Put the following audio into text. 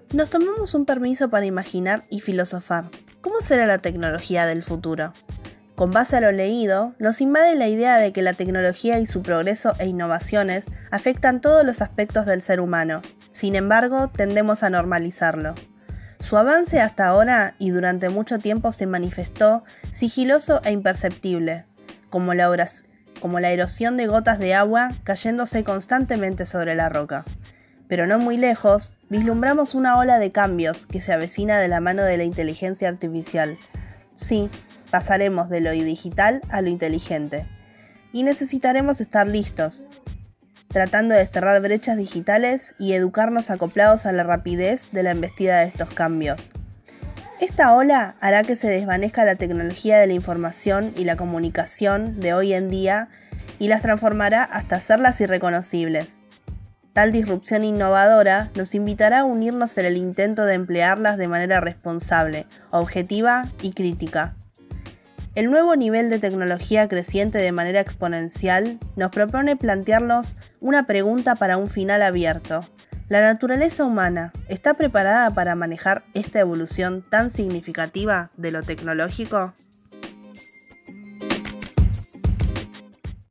Nos tomamos un permiso para imaginar y filosofar. ¿Cómo será la tecnología del futuro? Con base a lo leído, nos invade la idea de que la tecnología y su progreso e innovaciones afectan todos los aspectos del ser humano. Sin embargo, tendemos a normalizarlo. Su avance hasta ahora y durante mucho tiempo se manifestó sigiloso e imperceptible, como la erosión de gotas de agua cayéndose constantemente sobre la roca. Pero no muy lejos, vislumbramos una ola de cambios que se avecina de la mano de la inteligencia artificial. Sí, pasaremos de lo digital a lo inteligente. Y necesitaremos estar listos, tratando de cerrar brechas digitales y educarnos acoplados a la rapidez de la embestida de estos cambios. Esta ola hará que se desvanezca la tecnología de la información y la comunicación de hoy en día y las transformará hasta hacerlas irreconocibles. Tal disrupción innovadora nos invitará a unirnos en el intento de emplearlas de manera responsable, objetiva y crítica. El nuevo nivel de tecnología creciente de manera exponencial nos propone plantearnos una pregunta para un final abierto. ¿La naturaleza humana está preparada para manejar esta evolución tan significativa de lo tecnológico?